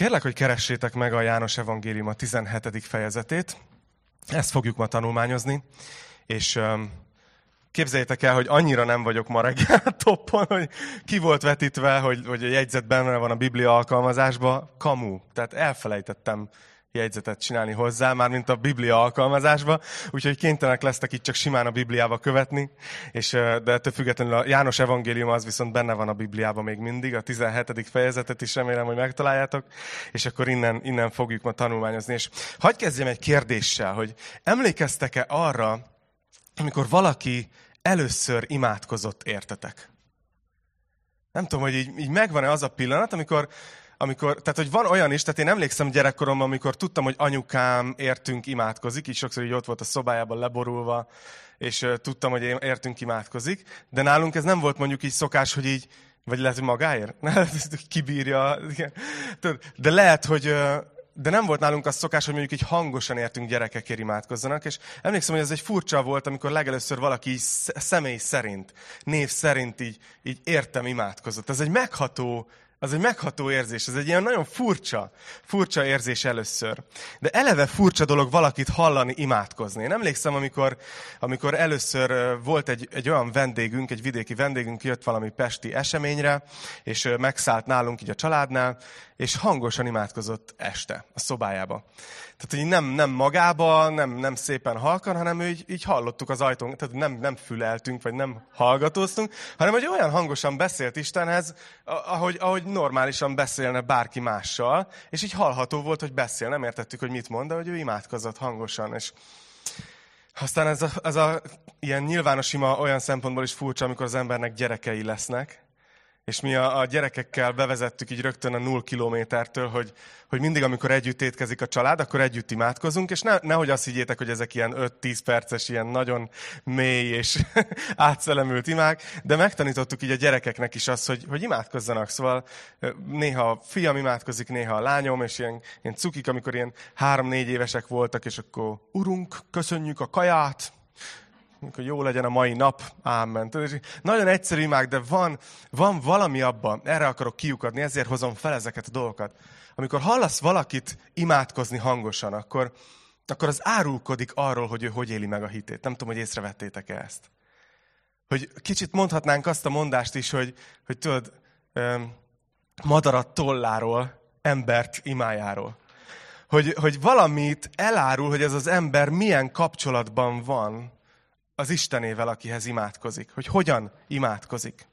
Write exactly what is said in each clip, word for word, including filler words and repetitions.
Kérlek, hogy keressétek meg a János Evangélium a tizenhetedik fejezetét. Ezt fogjuk ma tanulmányozni, és képzeljétek el, hogy annyira nem vagyok ma reggel toppon, hogy ki volt vetítve, hogy, hogy a jegyzet benne van a Biblia alkalmazásban. Kamu. Tehát elfelejtettem jegyzetet csinálni hozzá, mármint a Biblia alkalmazásba, úgyhogy kénytelenek lesztek itt csak simán a Bibliába követni, és, de ettől függetlenül a János Evangélium az viszont benne van a Bibliában még mindig, a tizenhetedik fejezetet is remélem, hogy megtaláljátok, és akkor innen, innen fogjuk ma tanulmányozni. És hadd kezdjem egy kérdéssel, hogy emlékeztek-e arra, amikor valaki először imádkozott értetek? Nem tudom, hogy így, így megvan-e az a pillanat, amikor Amikor, tehát, hogy van olyan is, tehát én emlékszem gyerekkoromban, amikor tudtam, hogy anyukám értünk imádkozik, így sokszor így ott volt a szobájában leborulva, és uh, tudtam, hogy értünk imádkozik, de nálunk ez nem volt mondjuk így szokás, hogy így, vagy lehet, hogy magáért? Kibírja. De lehet, hogy, uh, de nem volt nálunk az szokás, hogy mondjuk így hangosan értünk gyerekekért imádkozzanak, és emlékszem, hogy ez egy furcsa volt, amikor legelőször valaki így személy szerint, név szerint így, így értem imádkozott. Ez egy megható Az egy megható érzés, ez egy ilyen nagyon furcsa, furcsa érzés először. De eleve furcsa dolog valakit hallani imádkozni. Én emlékszem, amikor, amikor először volt egy, egy olyan vendégünk, egy vidéki vendégünk, jött valami pesti eseményre, és megszállt nálunk így a családnál, és hangosan imádkozott este a szobájába. Tehát, hogy nem, nem magába, nem, nem szépen halkan, hanem ő így, így hallottuk az ajtón, tehát nem, nem füleltünk, vagy nem hallgatóztunk, hanem hogy olyan hangosan beszélt Istenhez, ahogy, ahogy normálisan beszélne bárki mással, és így hallható volt, hogy beszél. Nem értettük, hogy mit mond, de hogy ő imádkozott hangosan. És aztán ez a, ez a ilyen nyilvános ima olyan szempontból is furcsa, amikor az embernek gyerekei lesznek, és mi a, a gyerekekkel bevezettük így rögtön a null kilométertől, hogy, hogy mindig, amikor együtt étkezik a család, akkor együtt imádkozunk, és ne, nehogy azt higgyétek, hogy ezek ilyen öt-tíz perces, ilyen nagyon mély és átszelemült imák, de megtanítottuk így a gyerekeknek is azt, hogy, hogy imádkozzanak. Szóval néha a fiam imádkozik, néha a lányom, és ilyen, ilyen cukik, amikor ilyen három-négy évesek voltak, és akkor urunk, köszönjük a kaját, hogy jó legyen a mai nap, ámen. Nagyon egyszerű imák, de van, van valami abban, erre akarok kiukadni, ezért hozom fel ezeket a dolgokat. Amikor hallasz valakit imádkozni hangosan, akkor, akkor az árulkodik arról, hogy ő hogy éli meg a hitét. Nem tudom, hogy észrevettétek-e ezt. Hogy kicsit mondhatnánk azt a mondást is, hogy, hogy tudod, madarat tolláról, embert imájáról. Hogy, hogy valamit elárul, hogy ez az ember milyen kapcsolatban van az Istenével, akihez imádkozik. Hogy hogyan imádkozik.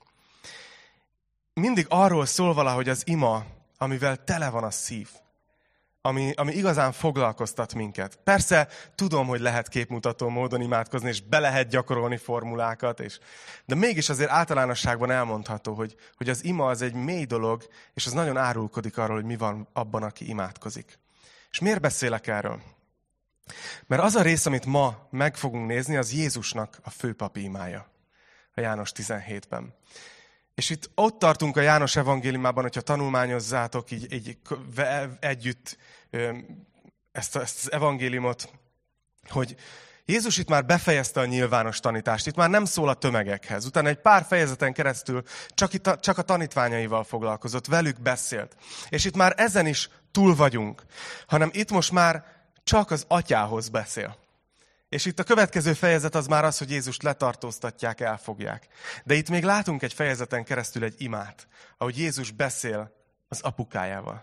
Mindig arról szól valahogy az ima, amivel tele van a szív. Ami, ami igazán foglalkoztat minket. Persze tudom, hogy lehet képmutató módon imádkozni, és be lehet gyakorolni formulákat, és, de mégis azért általánosságban elmondható, hogy, hogy az ima az egy mély dolog, és az nagyon árulkodik arról, hogy mi van abban, aki imádkozik. És miért beszélek erről? Mert az a rész, amit ma meg fogunk nézni, az Jézusnak a főpapi imája. A János tizenhétben. És itt ott tartunk a János evangéliumában, hogyha tanulmányozzátok így, így együtt ezt, ezt az evangéliumot, hogy Jézus itt már befejezte a nyilvános tanítást, itt már nem szól a tömegekhez. Utána egy pár fejezeten keresztül csak, itt a, csak a tanítványaival foglalkozott, velük beszélt. És itt már ezen is túl vagyunk, hanem itt most már csak az atyához beszél. És itt a következő fejezet az már az, hogy Jézust letartóztatják, elfogják. De itt még látunk egy fejezeten keresztül egy imát, ahogy Jézus beszél az apukájával.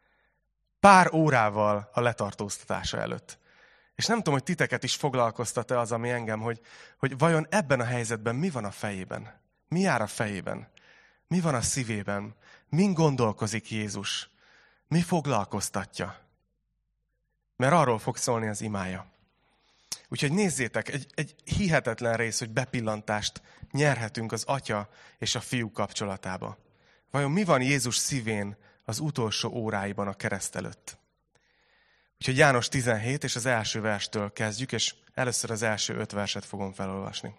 Pár órával a letartóztatása előtt. És nem tudom, hogy titeket is foglalkoztat-e az, ami engem, hogy, hogy vajon ebben a helyzetben mi van a fejében? Mi jár a fejében? Mi van a szívében? Min gondolkozik Jézus? Mi foglalkoztatja? Mert arról fog szólni az imája. Úgyhogy nézzétek, egy, egy hihetetlen rész, hogy bepillantást nyerhetünk az atya és a fiú kapcsolatába. Vajon mi van Jézus szívén az utolsó óráiban a kereszt előtt? Úgyhogy János tizenhét, és az első verstől kezdjük, és először az első öt verset fogom felolvasni.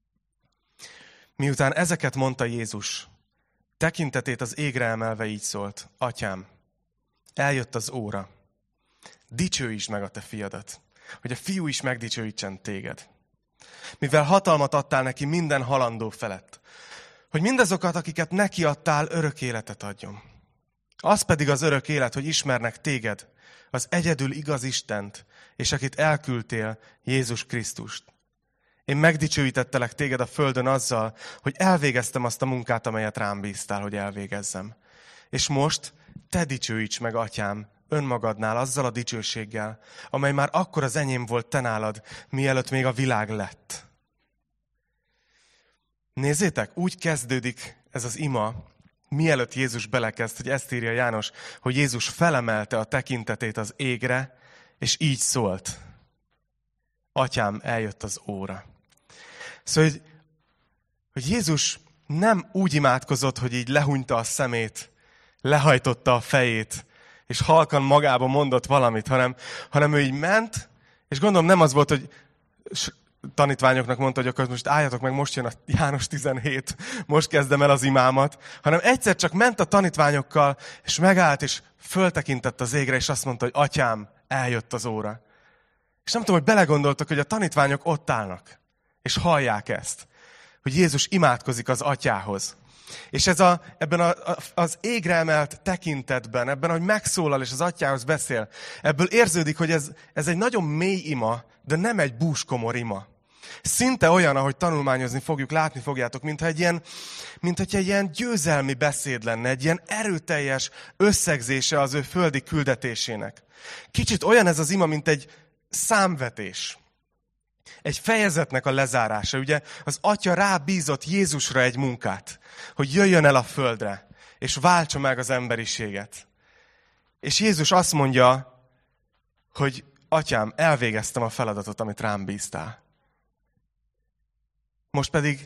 Miután ezeket mondta Jézus, tekintetét az égre emelve így szólt: Atyám, eljött az óra, dicsőítsd meg a te fiadat, hogy a fiú is megdicsőítsen téged. Mivel hatalmat adtál neki minden halandó felett, hogy mindazokat, akiket neki adtál, örök életet adjon. Az pedig az örök élet, hogy ismernek téged, az egyedül igaz Istent, és akit elküldtél, Jézus Krisztust. Én megdicsőítettelek téged a földön azzal, hogy elvégeztem azt a munkát, amelyet rám bíztál, hogy elvégezzem. És most te dicsőíts meg, atyám, önmagadnál azzal a dicsőséggel, amely már akkor az enyém volt te nálad, mielőtt még a világ lett. Nézzétek, úgy kezdődik ez az ima, mielőtt Jézus belekezd, hogy ezt írja János, hogy Jézus felemelte a tekintetét az égre, és így szólt. Atyám, eljött az óra. Szóval, hogy, hogy Jézus nem úgy imádkozott, hogy így lehúnyta a szemét, lehajtotta a fejét, és halkan magába mondott valamit, hanem, hanem ő így ment, és gondolom nem az volt, hogy tanítványoknak mondta, hogy akkor most álljatok meg, most jön a János tizenhét, most kezdem el az imámat, hanem egyszer csak ment a tanítványokkal, és megállt, és föltekintett az égre, és azt mondta, hogy atyám, eljött az óra. És nem tudom, hogy belegondoltak, hogy a tanítványok ott állnak, és hallják ezt, hogy Jézus imádkozik az atyához. És ez a, ebben a, az égre emelt tekintetben, ebben, hogy megszólal és az atyához beszél, ebből érződik, hogy ez, ez egy nagyon mély ima, de nem egy búskomor ima. Szinte olyan, ahogy tanulmányozni fogjuk, látni fogjátok, mintha egy ilyen, mintha egy ilyen győzelmi beszéd lenne, egy ilyen erőteljes összegzése az ő földi küldetésének. Kicsit olyan ez az ima, mint egy számvetés. Egy fejezetnek a lezárása. Ugye az atya rábízott Jézusra egy munkát, hogy jöjjön el a földre, és váltsa meg az emberiséget. És Jézus azt mondja, hogy atyám, elvégeztem a feladatot, amit rám bíztál. Most pedig,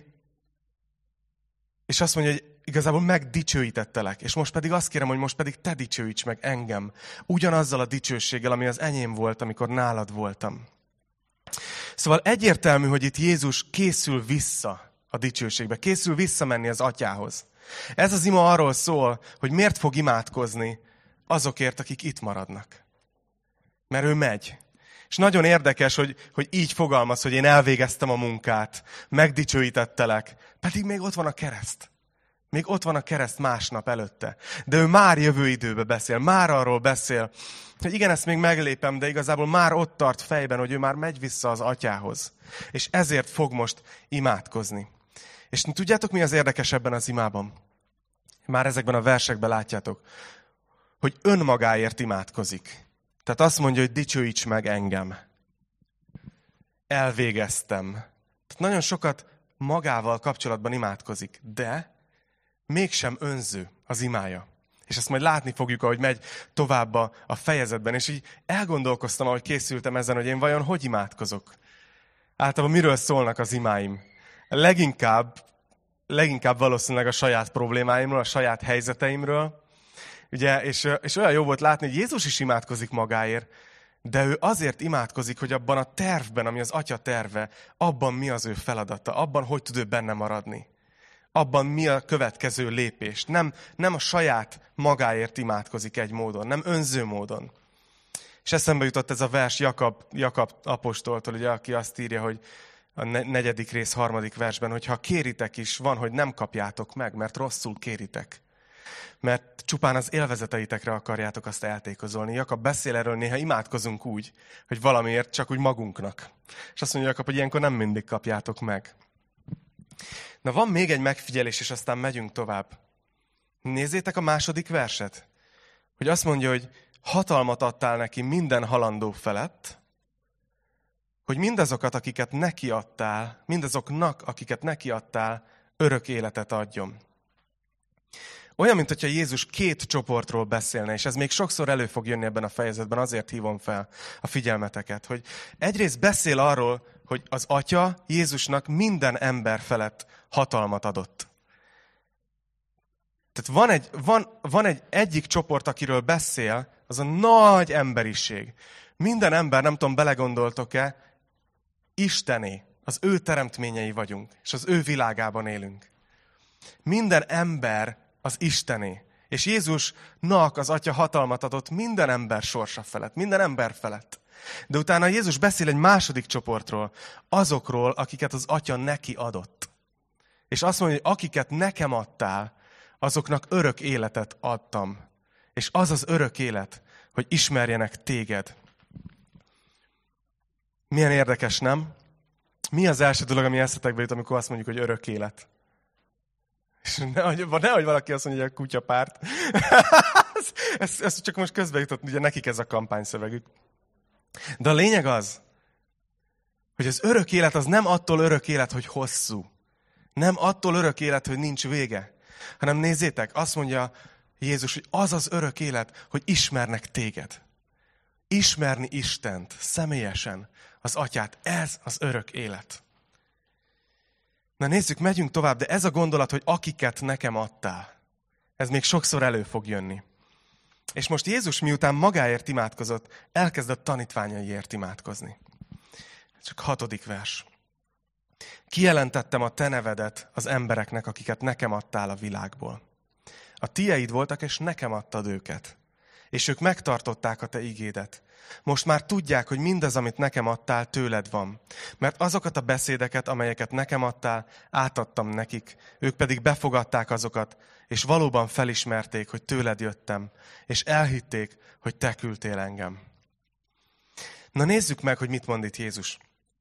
és azt mondja, hogy igazából megdicsőítettelek, és most pedig azt kérem, hogy most pedig te dicsőíts meg engem, ugyanazzal a dicsőséggel, ami az enyém volt, amikor nálad voltam. Szóval egyértelmű, hogy itt Jézus készül vissza a dicsőségbe, készül visszamenni az atyához. Ez az ima arról szól, hogy miért fog imádkozni azokért, akik itt maradnak. Mert ő megy. És nagyon érdekes, hogy, hogy így fogalmaz, hogy én elvégeztem a munkát, megdicsőítettelek, pedig még ott van a kereszt. Még ott van a kereszt másnap előtte. De ő már jövő időbe beszél, már arról beszél, hogy igen, ezt még meglépem, de igazából már ott tart fejben, hogy ő már megy vissza az atyához. És ezért fog most imádkozni. És tudjátok, mi az érdekes ebben az imában? Már ezekben a versekben látjátok, hogy önmagáért imádkozik. Tehát azt mondja, hogy dicsőíts meg engem. Elvégeztem. Tehát nagyon sokat magával kapcsolatban imádkozik, de mégsem önző az imája. És ezt majd látni fogjuk, ahogy megy tovább a, a fejezetben. És így elgondolkoztam, ahogy készültem ezen, hogy én vajon hogy imádkozok. Általában miről szólnak az imáim? Leginkább, leginkább valószínűleg a saját problémáimról, a saját helyzeteimről. Ugye, és, és olyan jó volt látni, hogy Jézus is imádkozik magáért, de ő azért imádkozik, hogy abban a tervben, ami az atya terve, abban mi az ő feladata, abban hogy tud ő benne maradni. Abban mi a következő lépés. Nem, nem a saját magáért imádkozik egy módon, nem önző módon. És eszembe jutott ez a vers Jakab, Jakab apostoltól, ugye, aki azt írja, hogy a negyedik rész, harmadik versben, hogy ha kéritek is, van, hogy nem kapjátok meg, mert rosszul kéritek. Mert csupán az élvezeteitekre akarjátok azt eltékozolni. Jakab beszél erről, néha imádkozunk úgy, hogy valamiért csak úgy magunknak. És azt mondja Jakab, hogy ilyenkor nem mindig kapjátok meg. Na van még egy megfigyelés, és aztán megyünk tovább. Nézzétek a második verset. Hogy azt mondja, hogy hatalmat adtál neki minden halandó felett, hogy mindazokat, akiket neki adtál, mindazoknak, akiket neki adtál, örök életet adjon. Olyan, mint hogyha Jézus két csoportról beszélne, és ez még sokszor elő fog jönni ebben a fejezetben, azért hívom fel a figyelmeteket, hogy egyrészt beszél arról, hogy az Atya Jézusnak minden ember felett hatalmat adott. Tehát van egy, van, van egy egyik csoport, akiről beszél, az a nagy emberiség. Minden ember, nem tudom, belegondoltok-e, Istené, az ő teremtményei vagyunk, és az ő világában élünk. Minden ember az Istené. És Jézusnak az Atya hatalmat adott minden ember sorsa felett, minden ember felett. De utána Jézus beszél egy második csoportról, azokról, akiket az Atya neki adott. És azt mondja, hogy akiket nekem adtál, azoknak örök életet adtam. És az az örök élet, hogy ismerjenek téged. Milyen érdekes, nem? Mi az első dolog, ami eszetekbe jut, amikor azt mondjuk, hogy örök élet? És nehogy, nehogy valaki azt mondja, hogy a kutyapárt. ez, ez, ez csak most közbe jutott, ugye nekik ez a kampányszövegük. De a lényeg az, hogy az örök élet az nem attól örök élet, hogy hosszú. Nem attól örök élet, hogy nincs vége. Hanem nézzétek, azt mondja Jézus, hogy az az örök élet, hogy ismernek téged. Ismerni Istent személyesen, az Atyát. Ez az örök élet. Na nézzük, megyünk tovább, de ez a gondolat, hogy akiket nekem adtál, ez még sokszor elő fog jönni. És most Jézus miután magáért imádkozott, elkezdett tanítványaiért imádkozni. Csak hatodik vers. Kijelentettem a te nevedet az embereknek, akiket nekem adtál a világból. A tieid voltak, és nekem adtad őket. És ők megtartották a te igédet. Most már tudják, hogy mindaz, amit nekem adtál, tőled van. Mert azokat a beszédeket, amelyeket nekem adtál, átadtam nekik. Ők pedig befogadták azokat, és valóban felismerték, hogy tőled jöttem, és elhitték, hogy te küldtél engem. Na nézzük meg, hogy mit mond itt Jézus.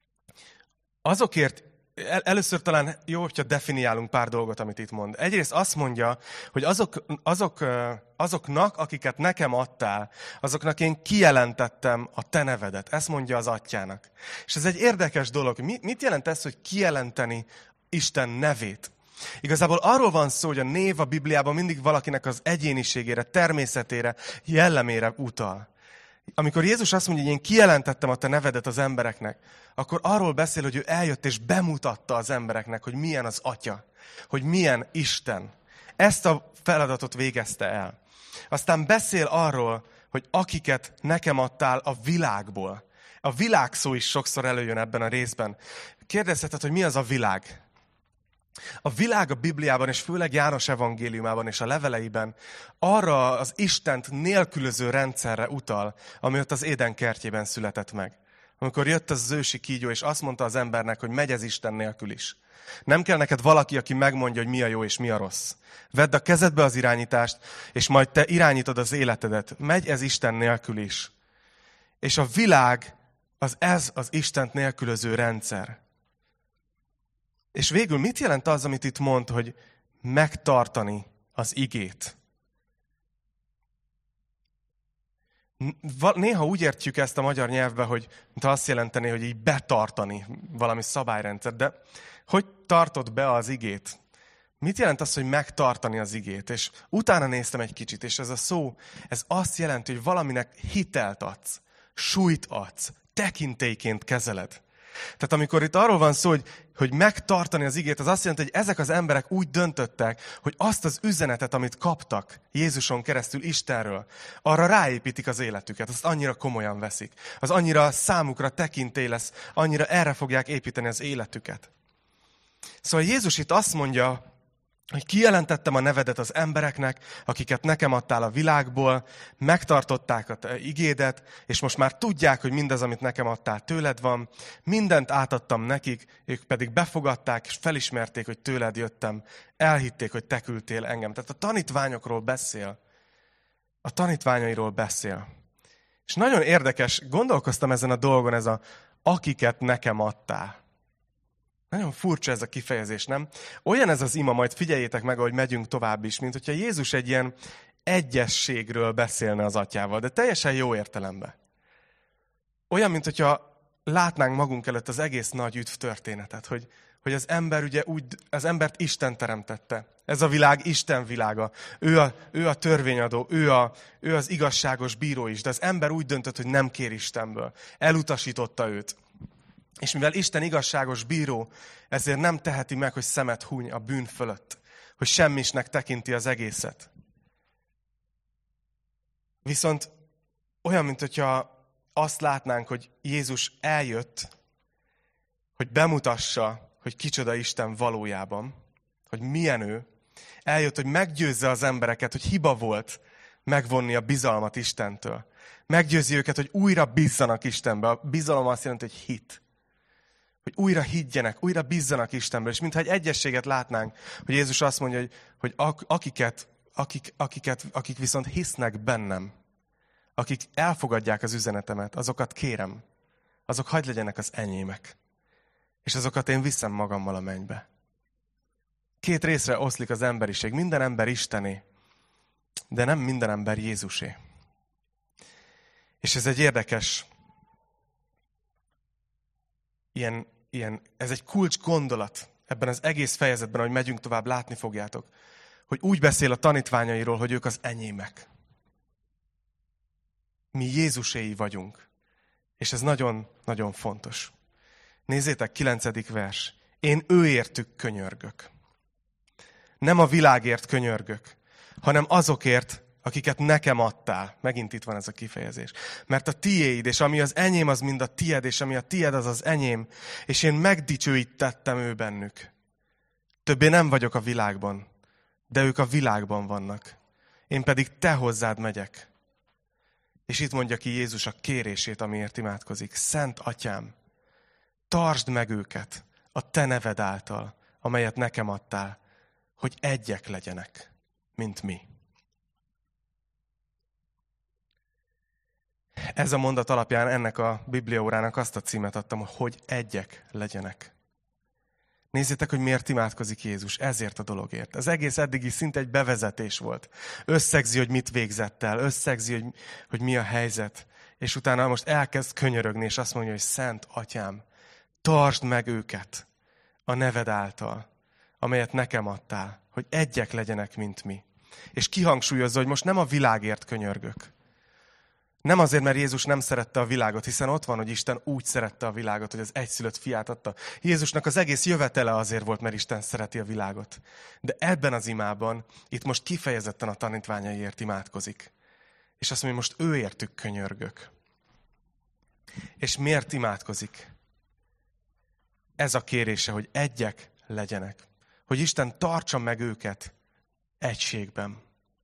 Azokért, el, először talán jó, hogyha definiálunk pár dolgot, amit itt mond. Egyrészt azt mondja, hogy azok, azok, azoknak, akiket nekem adtál, azoknak én kijelentettem a te nevedet. Ezt mondja az Atyának. És ez egy érdekes dolog. Mit jelent ez, hogy kijelenteni Isten nevét? Igazából arról van szó, hogy a név a Bibliában mindig valakinek az egyéniségére, természetére, jellemére utal. Amikor Jézus azt mondja, hogy én kijelentettem a te nevedet az embereknek, akkor arról beszél, hogy ő eljött és bemutatta az embereknek, hogy milyen az Atya, hogy milyen Isten. Ezt a feladatot végezte el. Aztán beszél arról, hogy akiket nekem adtál a világból. A világ szó is sokszor előjön ebben a részben. Kérdezheted, hogy mi az a világ? A világ a Bibliában, és főleg János evangéliumában és a leveleiben arra az Istent nélkülöző rendszerre utal, ami ott az Éden kertjében született meg. Amikor jött az ősi kígyó, és azt mondta az embernek, hogy megy ez Isten nélkül is. Nem kell neked valaki, aki megmondja, hogy mi a jó és mi a rossz. Vedd a kezedbe az irányítást, és majd te irányítod az életedet. Megy ez Isten nélkül is. És a világ az ez az Istent nélkülöző rendszer. És végül mit jelent az, amit itt mond, hogy megtartani az igét? Néha úgy értjük ezt a magyar nyelvbe, hogy mint azt jelenteni, hogy így betartani valami szabályrendszer. De hogy tartod be az igét? Mit jelent az, hogy megtartani az igét? És utána néztem egy kicsit, és ez a szó, ez azt jelenti, hogy valaminek hitelt adsz, súlyt adsz, tekintélyként kezeled. Tehát amikor itt arról van szó, hogy, hogy megtartani az igét, az azt jelenti, hogy ezek az emberek úgy döntöttek, hogy azt az üzenetet, amit kaptak Jézuson keresztül Istenről, arra ráépítik az életüket, azt annyira komolyan veszik. Az annyira számukra tekintély lesz, annyira erre fogják építeni az életüket. Szóval Jézus itt azt mondja, hogy kijelentettem a nevedet az embereknek, akiket nekem adtál a világból, megtartották a te igédet, és most már tudják, hogy mindaz, amit nekem adtál, tőled van. Mindent átadtam nekik, ők pedig befogadták, és felismerték, hogy tőled jöttem. Elhitték, hogy te küldtél engem. Tehát a tanítványokról beszél. A tanítványairól beszél. És nagyon érdekes, gondolkoztam ezen a dolgon, ez a akiket nekem adtál. Nagyon furcsa ez a kifejezés, nem? Olyan ez az ima, majd figyeljétek meg, ahogy megyünk tovább is, mint hogyha Jézus egy ilyen egyességről beszélne az Atyával, de teljesen jó értelemben. Olyan, mint hogyha látnánk magunk előtt az egész nagy üdv történetet, hogy, hogy az ember ugye úgy, az embert Isten teremtette. Ez a világ Isten világa. Ő a, ő a törvényadó, ő, a, ő az igazságos bíró is, de az ember úgy döntött, hogy nem kér Istenből. Elutasította őt. És mivel Isten igazságos bíró, ezért nem teheti meg, hogy szemet huny a bűn fölött, hogy semmisnek tekinti az egészet. Viszont olyan, mint hogyha azt látnánk, hogy Jézus eljött, hogy bemutassa, hogy kicsoda Isten valójában, hogy milyen ő. Eljött, hogy meggyőzze az embereket, hogy hiba volt megvonni a bizalmat Istentől. Meggyőzi őket, hogy újra bízzanak Istenbe. A bizalom azt jelenti, hogy hit. Hogy újra higgyenek, újra bízzanak Istenből. És mintha egy egyességet látnánk, hogy Jézus azt mondja, hogy, hogy akiket akik, akiket, akik viszont hisznek bennem, akik elfogadják az üzenetemet, azokat kérem, azok hagyd legyenek az enyémek. És azokat én viszem magammal a mennybe. Két részre oszlik az emberiség. Minden ember Istené, de nem minden ember Jézusé. És ez egy érdekes, ilyen, ilyen, ez egy kulcs gondolat ebben az egész fejezetben, ahogy megyünk tovább, látni fogjátok, hogy úgy beszél a tanítványairól, hogy ők az enyémek. Mi Jézuséi vagyunk. És ez nagyon-nagyon fontos. Nézzétek, kilencedik vers. Én őértük könyörgök. Nem a világért könyörgök, hanem azokért, akiket nekem adtál. Megint itt van ez a kifejezés. Mert a tiéd, és ami az enyém, az mind a tied, és ami a tied, az az enyém. És én megdicsőítettem ő bennük. Többé nem vagyok a világban, de ők a világban vannak. Én pedig te hozzád megyek. És itt mondja ki Jézus a kérését, amiért imádkozik. Szent Atyám, tartsd meg őket a te neved által, amelyet nekem adtál, hogy egyek legyenek, mint mi. Ez a mondat alapján ennek a bibliaórának azt a címet adtam, hogy egyek legyenek. Nézzétek, hogy miért imádkozik Jézus, ezért a dologért. Az egész eddigi szinte egy bevezetés volt. Összegzi, hogy mit végzett el, összegzi, hogy, hogy mi a helyzet. És utána most elkezd könyörögni, és azt mondja, hogy Szent Atyám, tartsd meg őket a neved által, amelyet nekem adtál, hogy egyek legyenek, mint mi. És kihangsúlyozza, hogy most nem a világért könyörgök. Nem azért, mert Jézus nem szerette a világot, hiszen ott van, hogy Isten úgy szerette a világot, hogy az egyszülött fiát adta. Jézusnak az egész jövetele azért volt, mert Isten szereti a világot. De ebben az imában itt most kifejezetten a tanítványaiért imádkozik. És azt mondja, hogy most őértük könyörgök. És miért imádkozik? Ez a kérése, hogy egyek legyenek. Hogy Isten tartsa meg őket egységben.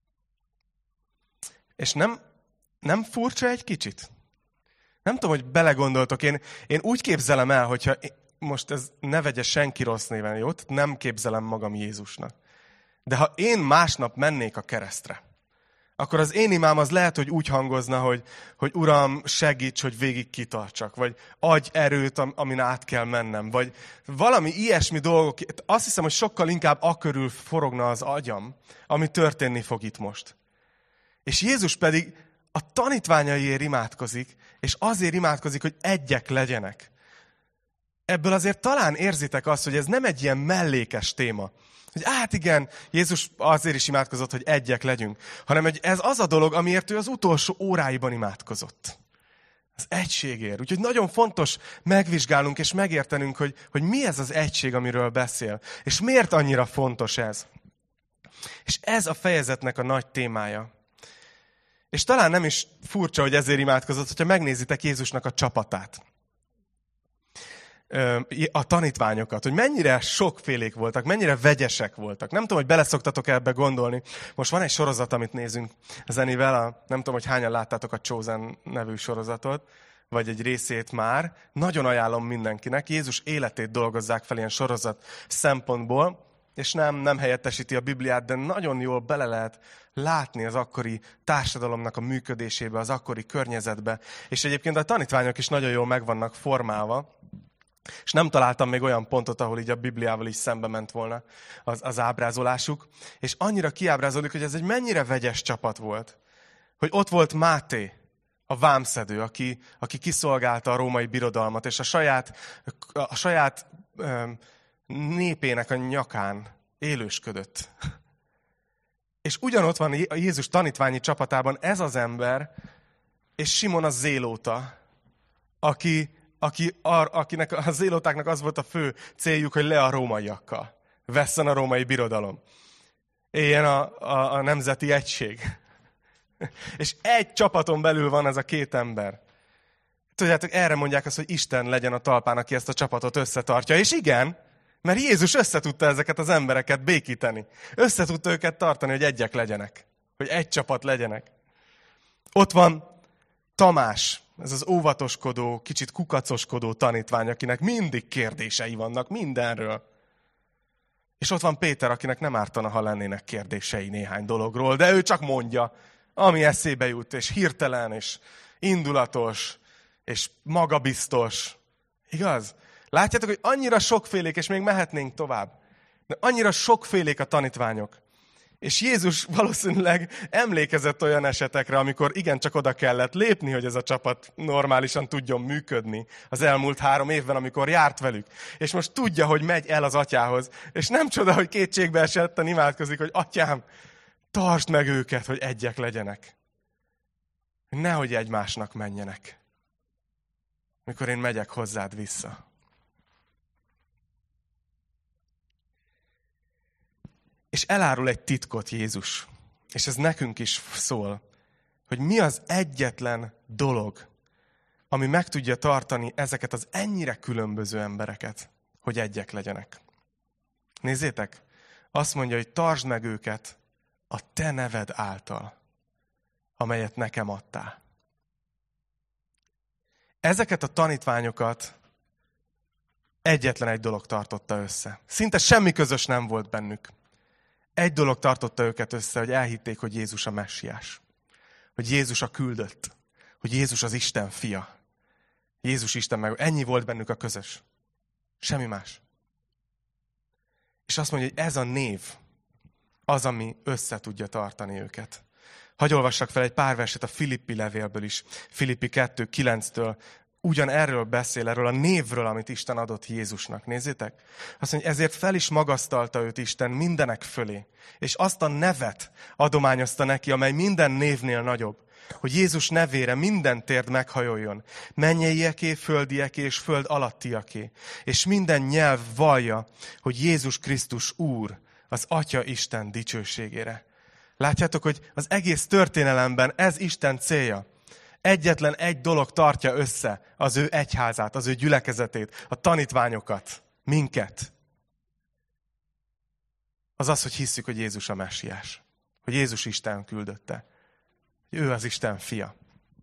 És nem... Nem furcsa egy kicsit? Nem tudom, hogy belegondoltok. Én, én úgy képzelem el, hogyha most ez ne vegye senki rossz néven, jó? Nem képzelem magam Jézusnak. De ha én másnap mennék a keresztre, akkor az én imám az lehet, hogy úgy hangozna, hogy, hogy Uram, segíts, hogy végig kitartsak, vagy adj erőt, amin át kell mennem, vagy valami ilyesmi dolgok. Azt hiszem, hogy sokkal inkább akörül forogna az agyam, ami történni fog itt most. És Jézus pedig a tanítványaiért imádkozik, és azért imádkozik, hogy egyek legyenek. Ebből azért talán érzitek azt, hogy ez nem egy ilyen mellékes téma. Hogy hát igen, Jézus azért is imádkozott, hogy egyek legyünk, hanem hogy ez az a dolog, amiért ő az utolsó óráiban imádkozott. Az egységért. Úgyhogy nagyon fontos megvizsgálnunk és megértenünk, hogy, hogy mi ez az egység, amiről beszél. És miért annyira fontos ez. És ez a fejezetnek a nagy témája. És talán nem is furcsa, hogy ezért imádkozott, hogyha megnézitek Jézusnak a csapatát. A tanítványokat, hogy mennyire sokfélék voltak, mennyire vegyesek voltak. Nem tudom, hogy beleszoktatok ebbe gondolni. Most van egy sorozat, amit nézünk Zenivel, a, nem tudom, hogy hányan láttátok a Chosen nevű sorozatot, vagy egy részét már. Nagyon ajánlom mindenkinek. Jézus életét dolgozzák fel ilyen sorozat szempontból, és nem, nem helyettesíti a Bibliát, de nagyon jól bele lehet látni az akkori társadalomnak a működésébe, az akkori környezetbe. És egyébként a tanítványok is nagyon jól meg vannak formálva, és nem találtam még olyan pontot, ahol így a Bibliával is szembe ment volna az, az ábrázolásuk. És annyira kiábrázoljuk, hogy ez egy mennyire vegyes csapat volt. Hogy ott volt Máté, a vámszedő, aki, aki kiszolgálta a római birodalmat, és a saját, a saját um, népének a nyakán élősködött. És ugyanott van a Jézus tanítványi csapatában ez az ember, és Simon a zélóta, aki, aki, akinek a zélótáknak az volt a fő céljuk, hogy le a rómaiakkal. Vesszen a római birodalom. Éljen a, a, a nemzeti egység. És egy csapaton belül van ez a két ember. Tudjátok, erre mondják azt, hogy Isten legyen a talpán, aki ezt a csapatot összetartja. És igen, mert Jézus összetudta ezeket az embereket békíteni. Összetudta őket tartani, hogy egyek legyenek. Hogy egy csapat legyenek. Ott van Tamás, ez az óvatoskodó, kicsit kukacoskodó tanítvány, akinek mindig kérdései vannak mindenről. És ott van Péter, akinek nem ártana, ha lennének kérdései néhány dologról, de ő csak mondja, ami eszébe jut, és hirtelen, és indulatos, és magabiztos. Igaz? Látjátok, hogy annyira sokfélék, és még mehetnénk tovább. De annyira sokfélék a tanítványok. És Jézus valószínűleg emlékezett olyan esetekre, amikor igencsak oda kellett lépni, hogy ez a csapat normálisan tudjon működni az elmúlt három évben, amikor járt velük. És most tudja, hogy megy el az atyához. És nem csoda, hogy kétségbe esetten imádkozik, hogy atyám, tartsd meg őket, hogy egyek legyenek. Nehogy egymásnak menjenek, mikor én megyek hozzád vissza. És elárul egy titkot Jézus, és ez nekünk is szól, hogy mi az egyetlen dolog, ami meg tudja tartani ezeket az ennyire különböző embereket, hogy egyek legyenek. Nézzétek, azt mondja, hogy tartsd meg őket a te neved által, amelyet nekem adtál. Ezeket a tanítványokat egyetlen egy dolog tartotta össze. Szinte semmi közös nem volt bennük. Egy dolog tartotta őket össze, hogy elhitték, hogy Jézus a messiás. Hogy Jézus a küldött. Hogy Jézus az Isten fia. Jézus Isten meg. Ennyi volt bennük a közös. Semmi más. És azt mondja, hogy ez a név az, ami össze tudja tartani őket. Hadd olvassak fel egy pár verset a Filippi levélből is. Filippi kettő kilenctől. Ugyan erről beszél, erről a névről, amit Isten adott Jézusnak. Nézzétek? Azt mondja, ezért fel is magasztalta őt Isten mindenek fölé. És azt a nevet adományozta neki, amely minden névnél nagyobb. Hogy Jézus nevére minden térd meghajoljon. Mennyieké, földieké és föld alattiaké. És minden nyelv vallja, hogy Jézus Krisztus Úr, az Atya Isten dicsőségére. Látjátok, hogy az egész történelemben ez Isten célja. Egyetlen egy dolog tartja össze az ő egyházát, az ő gyülekezetét, a tanítványokat, minket. Az az, hogy hisszük, hogy Jézus a messiás. Hogy Jézus Isten küldötte. Hogy ő az Isten fia.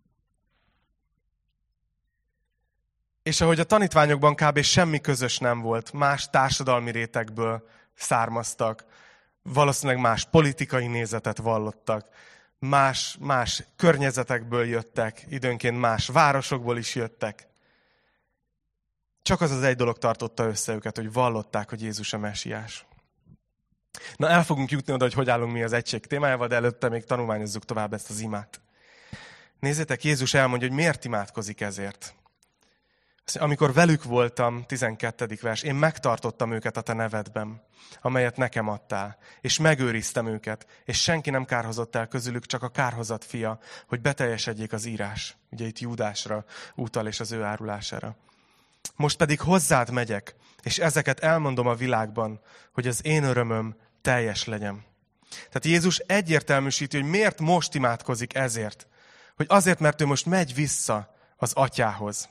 És ahogy a tanítványokban kb. Semmi közös nem volt, más társadalmi rétegből származtak, valószínűleg más politikai nézetet vallottak, Más, más környezetekből jöttek, időnként más városokból is jöttek. Csak az az egy dolog tartotta össze őket, hogy vallották, hogy Jézus a messiás. Na, el fogunk jutni oda, hogy hogy állunk mi az egység témájával, de előtte még tanulmányozzuk tovább ezt az imát. Nézzétek, Jézus elmondja, hogy miért imádkozik ezért. Amikor velük voltam, tizenkettedik vers, én megtartottam őket a te nevedben, amelyet nekem adtál, és megőriztem őket, és senki nem kárhozott el közülük, csak a kárhozat fia, hogy beteljesedjék az írás. Ugye itt Júdásra utal, és az ő árulására. Most pedig hozzád megyek, és ezeket elmondom a világban, hogy az én örömöm teljes legyen. Tehát Jézus egyértelműsíti, hogy miért most imádkozik ezért. Hogy azért, mert ő most megy vissza az atyához.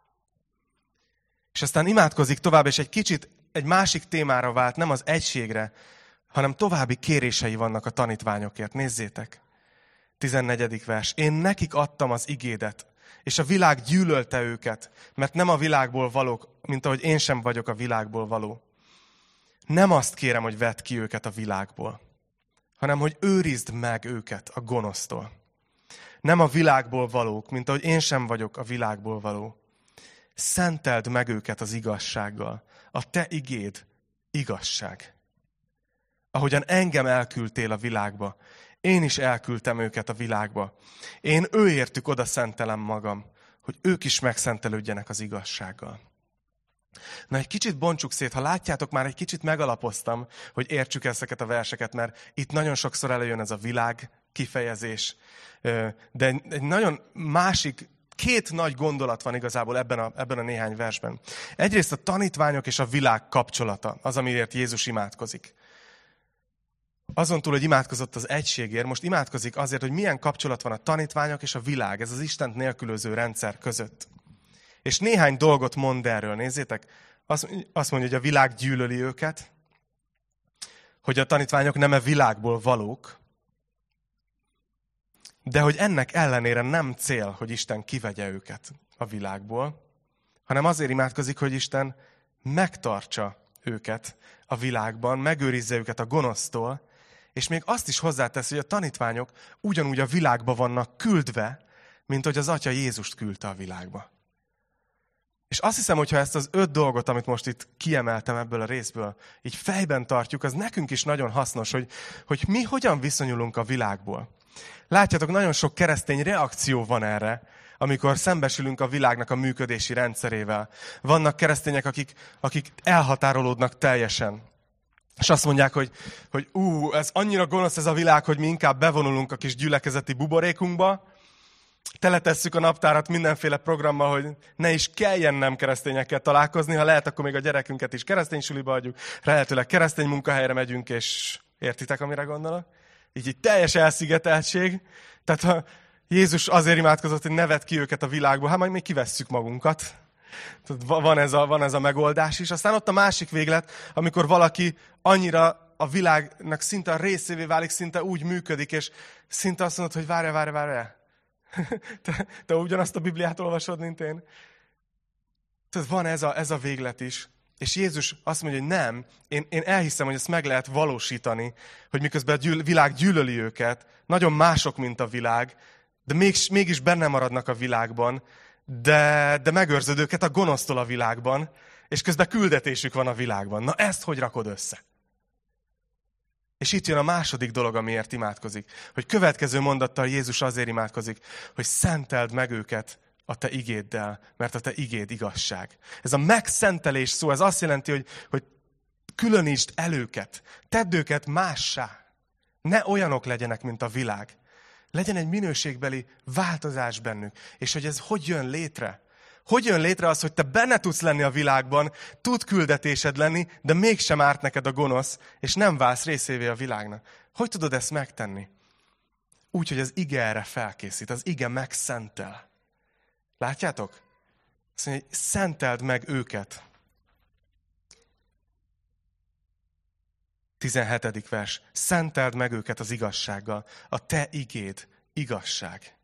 És aztán imádkozik tovább, és egy kicsit egy másik témára vált, nem az egységre, hanem további kérései vannak a tanítványokért. Nézzétek! tizennegyedik vers. Én nekik adtam az igédet, és a világ gyűlölte őket, mert nem a világból valók, mint ahogy én sem vagyok a világból való. Nem azt kérem, hogy vedd ki őket a világból, hanem hogy őrizd meg őket a gonosztól. Nem a világból valók, mint ahogy én sem vagyok a világból való. Szenteld meg őket az igazsággal. A te igéd igazság. Ahogyan engem elküldtél a világba, én is elküldtem őket a világba. Én őértük oda szentelem magam, hogy ők is megszentelődjenek az igazsággal. Na, egy kicsit bontsuk szét, ha látjátok, már egy kicsit megalapoztam, hogy értsük ezeket a verseket, mert itt nagyon sokszor előjön ez a világ kifejezés, de egy nagyon másik, két nagy gondolat van igazából ebben a, ebben a néhány versben. Egyrészt a tanítványok és a világ kapcsolata, az, amiért Jézus imádkozik. Azon túl, hogy imádkozott az egységért, most imádkozik azért, hogy milyen kapcsolat van a tanítványok és a világ, ez az Istent nélkülöző rendszer között. És néhány dolgot mond erről, nézzétek. Azt mondja, hogy a világ gyűlöli őket, hogy a tanítványok nem e világból valók, de hogy ennek ellenére nem cél, hogy Isten kivegye őket a világból, hanem azért imádkozik, hogy Isten megtartsa őket a világban, megőrizze őket a gonosztól, és még azt is hozzátesz, hogy a tanítványok ugyanúgy a világba vannak küldve, mint hogy az Atya Jézust küldte a világba. És azt hiszem, hogyha ezt az öt dolgot, amit most itt kiemeltem ebből a részből, így fejben tartjuk, az nekünk is nagyon hasznos, hogy, hogy mi hogyan viszonyulunk a világból. Látjátok, nagyon sok keresztény reakció van erre, amikor szembesülünk a világnak a működési rendszerével. Vannak keresztények, akik, akik elhatárolódnak teljesen. És azt mondják, hogy, hogy ú, ez annyira gonosz ez a világ, hogy mi inkább bevonulunk a kis gyülekezeti buborékunkba, teletesszük a naptárat mindenféle programmal, hogy ne is kelljen nem keresztényekkel találkozni, ha lehet, akkor még a gyerekünket is keresztény suliba adjuk, lehetőleg keresztény munkahelyre megyünk, és értitek, amire gondolok? Így egy teljes elszigeteltség. Tehát ha Jézus azért imádkozott, hogy ne vedd ki őket a világból, hát majd még kivesszük magunkat. Tehát van ez, a, van ez a megoldás is. Aztán ott a másik véglet, amikor valaki annyira a világnak szinte a részévé válik, szinte úgy működik, és szinte azt mondod, hogy várja, várja, várja. Te, te ugyanazt a Bibliát olvasod, mint én? Tehát van ez a, ez a véglet is. És Jézus azt mondja, hogy nem, én, én elhiszem, hogy ezt meg lehet valósítani, hogy miközben a gyűl, világ gyűlöli őket, nagyon mások, mint a világ, de még, mégis benne maradnak a világban, de, de megőrzöd őket a gonosztól a világban, és közben küldetésük van a világban. Na ezt hogy rakod össze? És itt jön a második dolog, amiért imádkozik. Hogy következő mondattal Jézus azért imádkozik, hogy szenteld meg őket a te igéddel, mert a te igéd igazság. Ez a megszentelés szó, ez azt jelenti, hogy, hogy különítsd el őket, tedd őket mássá. Ne olyanok legyenek, mint a világ. Legyen egy minőségbeli változás bennük. És hogy ez hogy jön létre? Hogy jön létre az, hogy te benne tudsz lenni a világban, tud küldetésed lenni, de mégsem árt neked a gonosz, és nem válsz részévé a világnak. Hogy tudod ezt megtenni? Úgy, hogy az ige erre felkészít, az ige megszentel. Látjátok? Azt mondja, hogy szenteld meg őket. tizenhetedik vers. Szenteld meg őket az igazsággal. A te igéd igazság.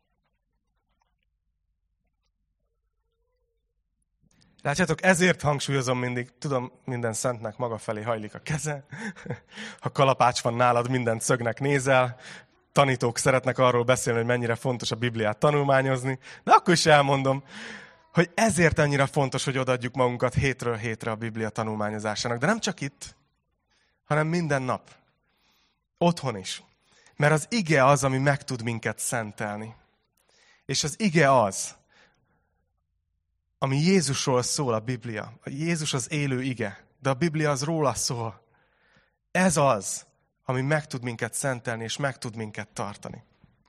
Látjátok, ezért hangsúlyozom mindig, tudom, minden szentnek maga felé hajlik a keze. Ha kalapács van nálad, minden szögnek nézel. Tanítók szeretnek arról beszélni, hogy mennyire fontos a Bibliát tanulmányozni. De akkor is elmondom, hogy ezért annyira fontos, hogy odaadjuk magunkat hétről hétre a Biblia tanulmányozásának. De nem csak itt, hanem minden nap. Otthon is. Mert az ige az, ami meg tud minket szentelni. És az ige az, ami Jézusról szól a Biblia. Jézus az élő ige, de a Biblia az róla szól. Ez az, ami meg tud minket szentelni, és meg tud minket tartani.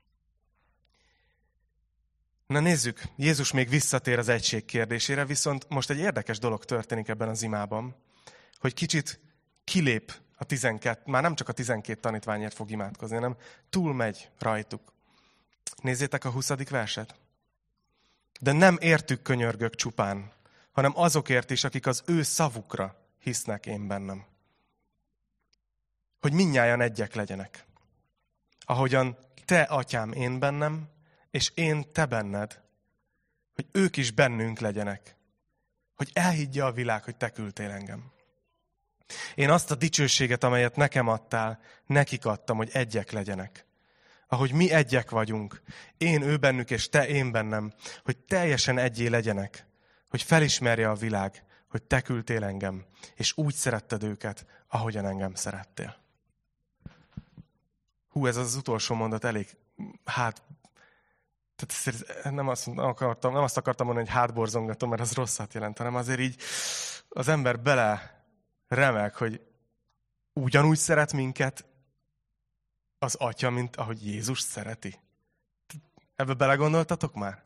Na nézzük, Jézus még visszatér az egység kérdésére, viszont most egy érdekes dolog történik ebben az imában, hogy kicsit kilép a tizenkét, már nem csak a tizenkét tanítványért fog imádkozni, hanem túlmegy rajtuk. Nézzétek a huszadik verset. De nem értük könyörgök csupán, hanem azokért is, akik az ő szavukra hisznek én bennem. Hogy mindnyájan egyek legyenek. Ahogyan te, atyám, én bennem, és én te benned. Hogy ők is bennünk legyenek. Hogy elhiggye a világ, hogy te küldtél engem. Én azt a dicsőséget, amelyet nekem adtál, nekik adtam, hogy egyek legyenek. Ahogy mi egyek vagyunk, én ő bennük, és te én bennem, hogy teljesen egyé legyenek, hogy felismerje a világ, hogy te küldtél engem, és úgy szeretted őket, ahogyan engem szerettél. Hú, ez az utolsó mondat elég, hát, tehát nem azt, akartam, nem azt akartam mondani, hogy hátborzongatom, mert az rosszat jelent, hanem azért így az ember bele remeg, hogy ugyanúgy szeret minket az Atya, mint ahogy Jézus szereti. Ebbe belegondoltatok már?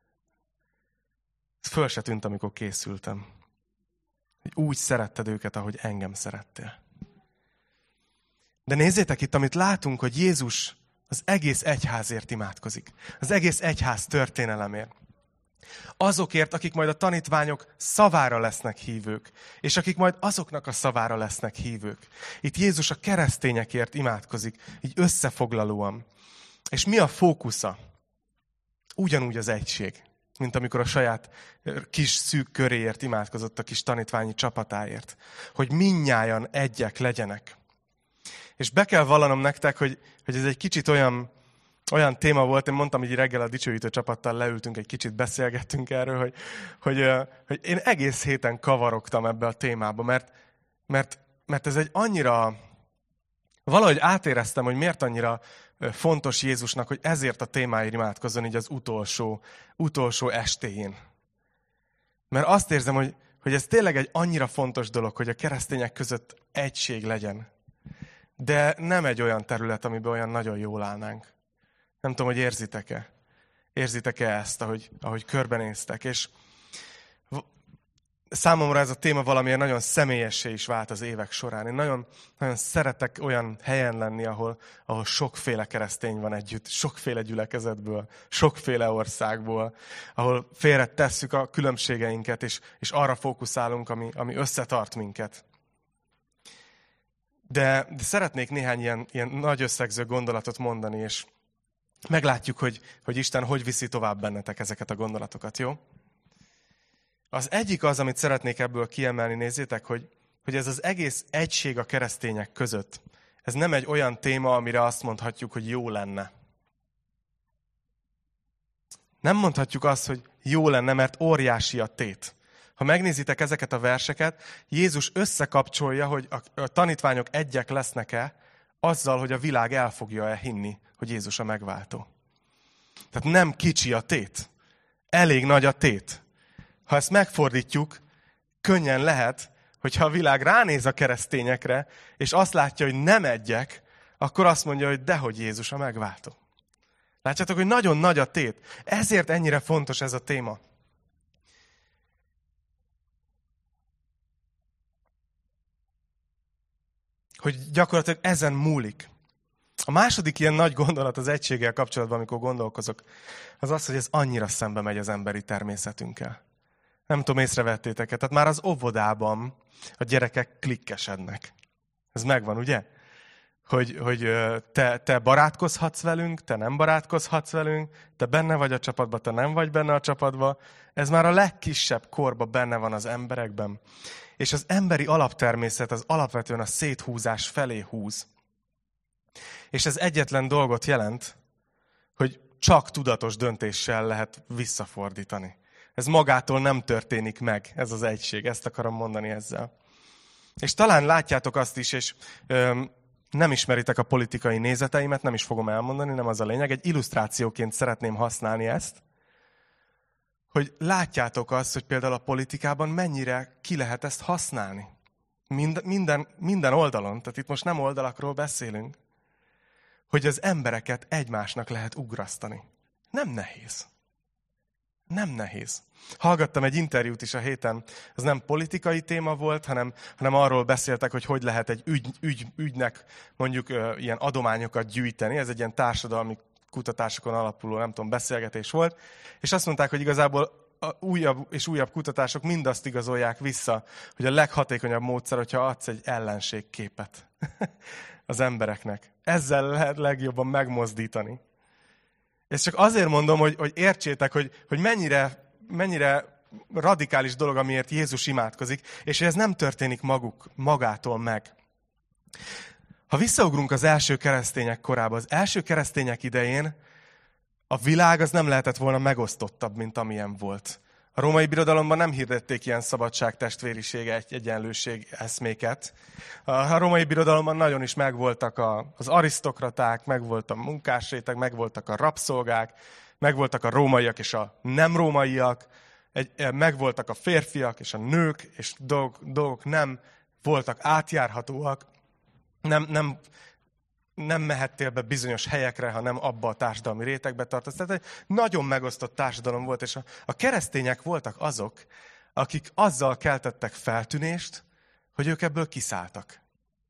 Ez föl se tűnt, amikor készültem. Hogy úgy szeretted őket, ahogy engem szerettél. De nézzétek itt, amit látunk, hogy Jézus az egész egyházért imádkozik. Az egész egyház történelemért. Azokért, akik majd a tanítványok szavára lesznek hívők, és akik majd azoknak a szavára lesznek hívők. Itt Jézus a keresztényekért imádkozik, így összefoglalóan. És mi a fókusza? Ugyanúgy az egység. mint amikor a saját kis szűk köréért imádkozott a kis tanítványi csapatáért. Hogy mindnyájan egyek legyenek. És be kell vallanom nektek, hogy, hogy ez egy kicsit olyan, olyan téma volt, én mondtam, hogy reggel a dicsőítő csapattal leültünk, egy kicsit beszélgettünk erről, hogy, hogy, hogy én egész héten kavarogtam ebbe a témába, mert, mert, mert ez egy annyira, valahogy átéreztem, hogy miért annyira fontos Jézusnak, hogy ezért a témáért imádkozzon így az utolsó, utolsó estéjén. Mert azt érzem, hogy, hogy ez tényleg egy annyira fontos dolog, hogy a keresztények között egység legyen. De nem egy olyan terület, amiben olyan nagyon jól állnánk. Nem tudom, hogy érzitek-e. Érzitek-e ezt, ahogy, ahogy körbenéztek. És számomra ez a téma valamiért nagyon személyessé is vált az évek során. Én nagyon, nagyon szeretek olyan helyen lenni, ahol, ahol sokféle keresztény van együtt, sokféle gyülekezetből, sokféle országból, ahol félre tesszük a különbségeinket, és, és arra fókuszálunk, ami, ami összetart minket. De, de szeretnék néhány ilyen, ilyen nagy összegző gondolatot mondani, és meglátjuk, hogy, hogy Isten hogy viszi tovább bennetek ezeket a gondolatokat, jó? Az egyik az, amit szeretnék ebből kiemelni, nézzétek, hogy, hogy ez az egész egység a keresztények között. Ez nem egy olyan téma, amire azt mondhatjuk, hogy jó lenne. Nem mondhatjuk azt, hogy jó lenne, mert óriási a tét. Ha megnézitek ezeket a verseket, Jézus összekapcsolja, hogy a tanítványok egyek lesznek-e, azzal, hogy a világ el fogja-e hinni, hogy Jézus a megváltó. Tehát nem kicsi a tét. Elég nagy a tét. Ha ezt megfordítjuk, könnyen lehet, hogyha a világ ránéz a keresztényekre, és azt látja, hogy nem egyek, akkor azt mondja, hogy dehogy Jézus a megváltó. Látjátok, hogy nagyon nagy a tét. Ezért ennyire fontos ez a téma. Hogy gyakorlatilag ezen múlik. A második ilyen nagy gondolat az egységgel kapcsolatban, amikor gondolkozok, az az, hogy ez annyira szembe megy az emberi természetünkkel. Nem tudom, észrevettétek-e. Tehát már az óvodában a gyerekek klikkesednek. Ez megvan, ugye? Hogy, hogy te, te barátkozhatsz velünk, te nem barátkozhatsz velünk, te benne vagy a csapatban, te nem vagy benne a csapatban. Ez már a legkisebb korban benne van az emberekben. És az emberi alaptermészet az alapvetően a széthúzás felé húz. És ez egyetlen dolgot jelent, hogy csak tudatos döntéssel lehet visszafordítani. Ez magától nem történik meg, ez az egység. Ezt akarom mondani ezzel. És talán látjátok azt is, és öm, nem ismeritek a politikai nézeteimet, nem is fogom elmondani, nem az a lényeg. Egy illusztrációként szeretném használni ezt, hogy látjátok azt, hogy például a politikában mennyire ki lehet ezt használni. Mind, minden, minden oldalon, tehát itt most nem oldalakról beszélünk, hogy az embereket egymásnak lehet ugrasztani. Nem nehéz. Nem nehéz. Hallgattam egy interjút is a héten, az nem politikai téma volt, hanem, hanem arról beszéltek, hogy hogy lehet egy ügy, ügy, ügynek mondjuk ö, ilyen adományokat gyűjteni. Ez egy ilyen társadalmi kutatásokon alapuló, nem tudom, beszélgetés volt. És azt mondták, hogy igazából a újabb és újabb kutatások mind azt igazolják vissza, hogy a leghatékonyabb módszer, hogyha adsz egy ellenségképet az embereknek. Ezzel lehet legjobban megmozdítani. Ezt csak azért mondom, hogy, hogy értsétek, hogy, hogy mennyire, mennyire radikális dolog, amiért Jézus imádkozik, és hogy ez nem történik maguk, magától meg. Ha visszaugrunk az első keresztények korába, az első keresztények idején a világ az nem lehetett volna megosztottabb, mint amilyen volt. A római birodalomban nem hirdették ilyen szabadság, testvériség, egy, egyenlőség eszméket. A római birodalomban nagyon is megvoltak a, az arisztokraták, megvolt a munkásréteg, megvoltak a rabszolgák, megvoltak a rómaiak és a nem rómaiak, egy, megvoltak a férfiak és a nők, és dolgok, dolgok nem voltak átjárhatóak, nem, nem, nem mehettél be bizonyos helyekre, ha nem abba a társadalmi rétegbe tartasz. Tehát egy nagyon megosztott társadalom volt, és a, a keresztények voltak azok, akik azzal keltettek feltűnést, hogy ők ebből kiszálltak.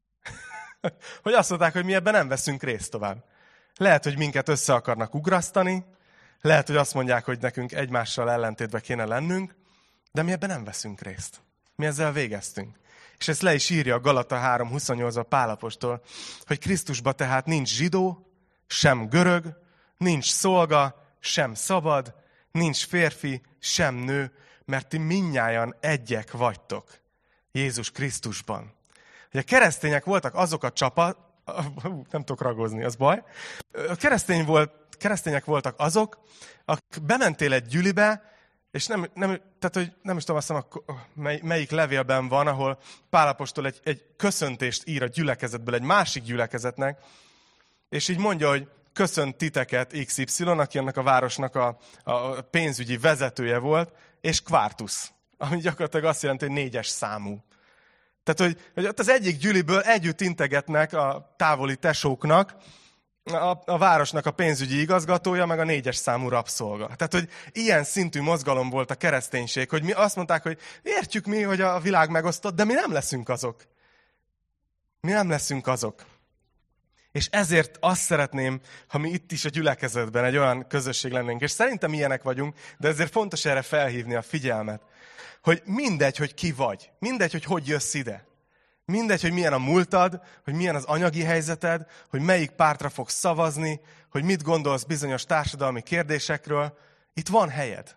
Hogy azt mondták, hogy mi ebben nem veszünk részt tovább. Lehet, hogy minket össze akarnak ugrasztani, lehet, hogy azt mondják, hogy nekünk egymással ellentétben kéne lennünk, de mi ebben nem veszünk részt. Mi ezzel végeztünk. És ezt le is írja a Galata három huszonnyolc Pál apostol, hogy Krisztusban tehát nincs zsidó, sem görög, nincs szolga, sem szabad, Nincs férfi, sem nő, mert ti mindnyájan egyek vagytok Jézus Krisztusban. Ugye a keresztények voltak azok a csapat, nem tudok ragozni, az baj. A keresztény volt, keresztények voltak azok, akik bementél egy gyülibe, és nem, nem, tehát, hogy nem is tudom, azt hiszem, mely, melyik levélben van, ahol Pál apostol egy, egy köszöntést ír a gyülekezetből egy másik gyülekezetnek, és így mondja, hogy köszönt titeket iksz ipszilon, aki annak a városnak a, a pénzügyi vezetője volt, és Quartus, ami gyakorlatilag azt jelenti, hogy négyes számú. Tehát, hogy, hogy ott az egyik gyüliből együtt integetnek a távoli tesóknak, a, a városnak a pénzügyi igazgatója, meg a négyes számú rabszolga. Tehát, hogy ilyen szintű mozgalom volt a kereszténység, hogy mi azt mondták, hogy értjük mi, hogy a világ megosztott, de mi nem leszünk azok. Mi nem leszünk azok. És ezért azt szeretném, ha mi itt is a gyülekezetben egy olyan közösség lennénk, és szerintem ilyenek vagyunk, de ezért fontos erre felhívni a figyelmet, hogy mindegy, hogy ki vagy, mindegy, hogy hogy jössz ide, mindegy, hogy milyen a múltad, hogy milyen az anyagi helyzeted, hogy melyik pártra fogsz szavazni, hogy mit gondolsz bizonyos társadalmi kérdésekről, itt van helyed.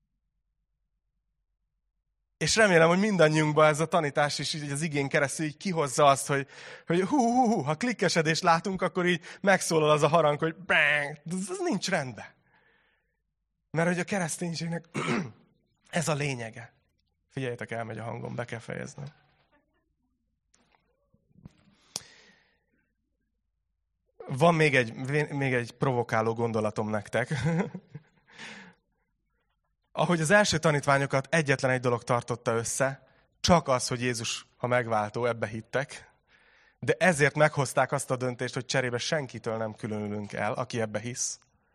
És remélem, hogy mindannyiunkban ez a tanítás is így az igén keresztül így kihozza azt, hogy, hogy hú, hú, hú, ha klikkesedést látunk, akkor így megszólal az a harang, hogy bang, ez nincs rendben. Mert hogy a kereszténységnek ez a lényege. Figyeljetek, elmegy a hangom, be kell fejeznem. Van még egy, még egy provokáló gondolatom nektek. Ahogy az első tanítványokat egyetlen egy dolog tartotta össze, csak az, hogy Jézus a megváltó, ebbe hittek, de ezért meghozták azt a döntést, hogy cserébe senkitől nem különülünk el, aki ebbe hisz.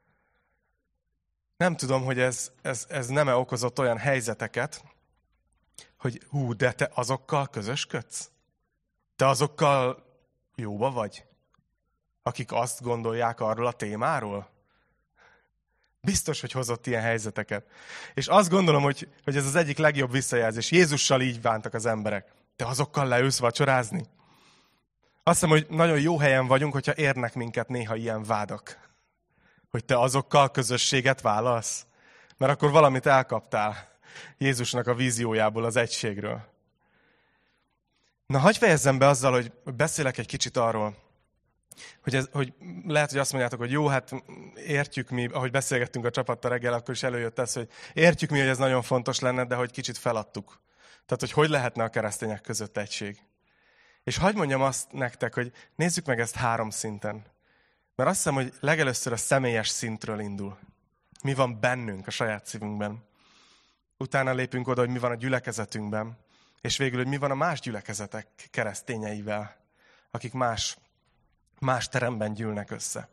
Nem tudom, hogy ez, ez, ez nem-e okozott olyan helyzeteket, hogy hú, de te azokkal közösködsz? Te azokkal jóba vagy? Akik azt gondolják arról a témáról? Biztos, hogy hozott ilyen helyzeteket. És azt gondolom, hogy, hogy ez az egyik legjobb visszajelzés. Jézussal így bántak az emberek. Te azokkal leülsz vacsorázni? Azt hiszem, hogy nagyon jó helyen vagyunk, hogyha érnek minket néha ilyen vádak. Hogy te azokkal közösséget válasz. Mert akkor valamit elkaptál Jézusnak a víziójából, az egységről. Na, hagyj fejezzem be azzal, hogy beszélek egy kicsit arról, Hogy, ez, hogy lehet, hogy azt mondjátok, hogy jó, hát értjük mi, ahogy beszélgettünk a csapattal reggel, akkor is előjött ez, hogy értjük mi, hogy ez nagyon fontos lenne, de hogy kicsit feladtuk. Tehát, hogy hogy lehetne a keresztények között egység. És hadd mondjam azt nektek, hogy nézzük meg ezt három szinten. Mert azt hiszem, hogy legelőször a személyes szintről indul. Mi van bennünk, a saját szívünkben. Utána lépünk oda, hogy mi van a gyülekezetünkben, és végül, hogy mi van a más gyülekezetek keresztényeivel, akik más más teremben gyűlnek össze.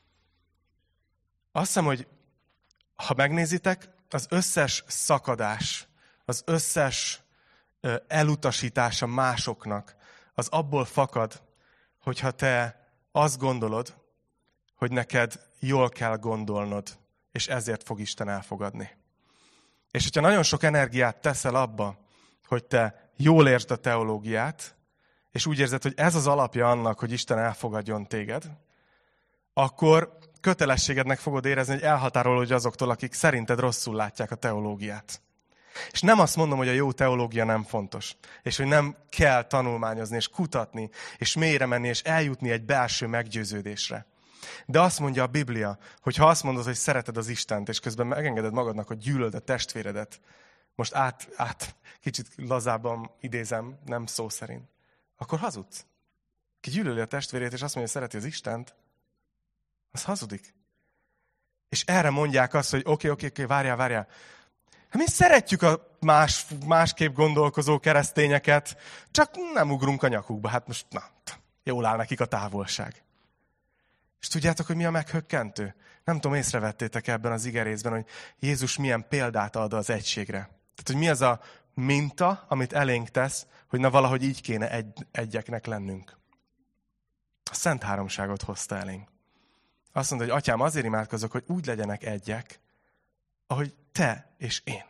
Azt hiszem, hogy ha megnézitek, az összes szakadás, az összes elutasítása másoknak, az abból fakad, hogyha te azt gondolod, hogy neked jól kell gondolnod, és ezért fog Isten elfogadni. És hogyha nagyon sok energiát teszel abba, hogy te jól értsd a teológiát, és úgy érzed, hogy ez az alapja annak, hogy Isten elfogadjon téged, akkor kötelességednek fogod érezni, hogy elhatárolódj azoktól, akik szerinted rosszul látják a teológiát. És nem azt mondom, hogy a jó teológia nem fontos, és hogy nem kell tanulmányozni, és kutatni, és mélyre menni, és eljutni egy belső meggyőződésre. De azt mondja a Biblia, hogy ha azt mondod, hogy szereted az Istent, és közben megengeded magadnak, hogy gyűlöld a testvéredet, most át, át kicsit lazábban idézem, nem szó szerint, akkor hazudsz. Ki gyűlöli a testvérét, és azt mondja, hogy szereti az Istent, az hazudik. És erre mondják azt, hogy oké, oké, oké, várjál, várjál. Hát mi szeretjük a más, másképp gondolkozó keresztényeket, csak nem ugrunk a nyakukba. Hát most, na, jól áll nekik a távolság. És tudjátok, hogy mi a meghökkentő? Nem tudom, észrevettétek ebben az igerészben, hogy Jézus milyen példát ad az egységre. Tehát, hogy mi az a minta, amit elénk tesz, hogy na valahogy így kéne egy, egyeknek lennünk. A Szent Háromságot hozta elénk. Azt mondta, hogy Atyám, azért imádkozok, hogy úgy legyenek egyek, ahogy te és én.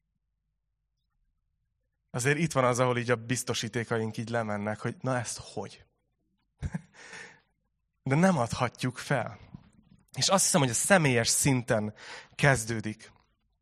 Azért itt van az, ahol így a biztosítékaink így lemennek, hogy na ezt hogy? De nem adhatjuk fel. És azt hiszem, hogy a személyes szinten kezdődik.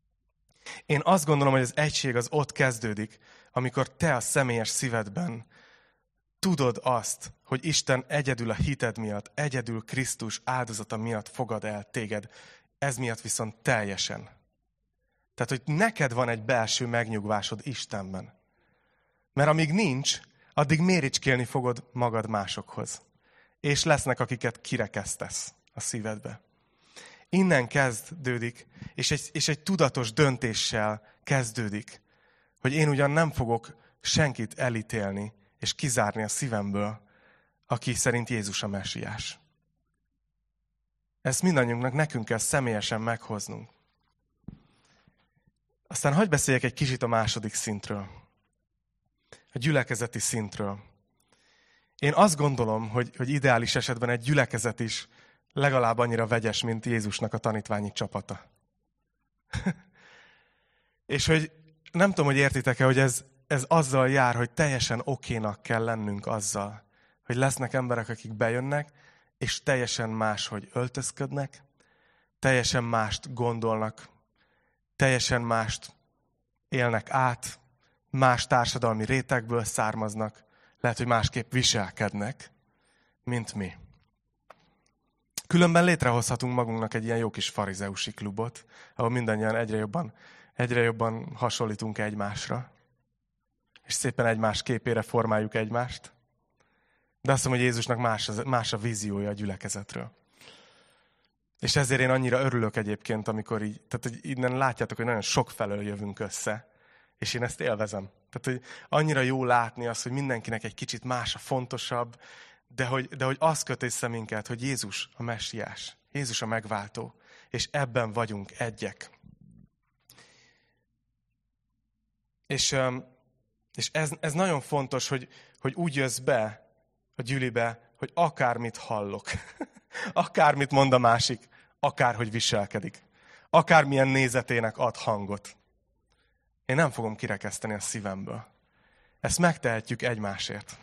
Én azt gondolom, hogy az egység az ott kezdődik, amikor te a személyes szívedben tudod azt, hogy Isten egyedül a hited miatt, egyedül Krisztus áldozata miatt fogad el téged, ez miatt viszont teljesen. Tehát, hogy neked van egy belső megnyugvásod Istenben. Mert amíg nincs, addig méricskélni fogod magad másokhoz. És lesznek, akiket kirekesztesz a szívedbe. Innen kezdődik, és egy, és egy tudatos döntéssel kezdődik, hogy én ugyan nem fogok senkit elítélni, és kizárni a szívemből, aki szerint Jézus a mesiás. Ezt mindannyiunknak nekünk kell személyesen meghoznunk. Aztán hadd beszéljek egy kicsit a második szintről. A gyülekezeti szintről. Én azt gondolom, hogy, hogy ideális esetben egy gyülekezet is legalább annyira vegyes, mint Jézusnak a tanítványi csapata. És hogy nem tudom, hogy értitek-e, hogy ez, ez azzal jár, hogy teljesen okénak kell lennünk azzal, hogy lesznek emberek, akik bejönnek, és teljesen máshogy öltözködnek, teljesen mást gondolnak, teljesen mást élnek át, más társadalmi rétegből származnak, lehet, hogy másképp viselkednek, mint mi. Különben létrehozhatunk magunknak egy ilyen jó kis farizeusi klubot, ahol mindannyian egyre jobban, egyre jobban hasonlítunk egymásra, és szépen egymás képére formáljuk egymást. De azt mondom, hogy Jézusnak más, más a víziója a gyülekezetről. És ezért én annyira örülök egyébként, amikor így, tehát hogy innen látjátok, hogy nagyon sok felől jövünk össze, és én ezt élvezem. Tehát, hogy annyira jó látni azt, hogy mindenkinek egy kicsit más a fontosabb, de hogy, de hogy az köt össze minket, hogy Jézus a messiás, Jézus a megváltó, és ebben vagyunk egyek. És, és ez, ez nagyon fontos, hogy, hogy úgy jössz be a gyülibe, hogy akármit hallok, akármit mond a másik, akárhogy viselkedik, akármilyen nézetének ad hangot. Én nem fogom kirekeszteni a szívemből. Ezt megtehetjük egymásért.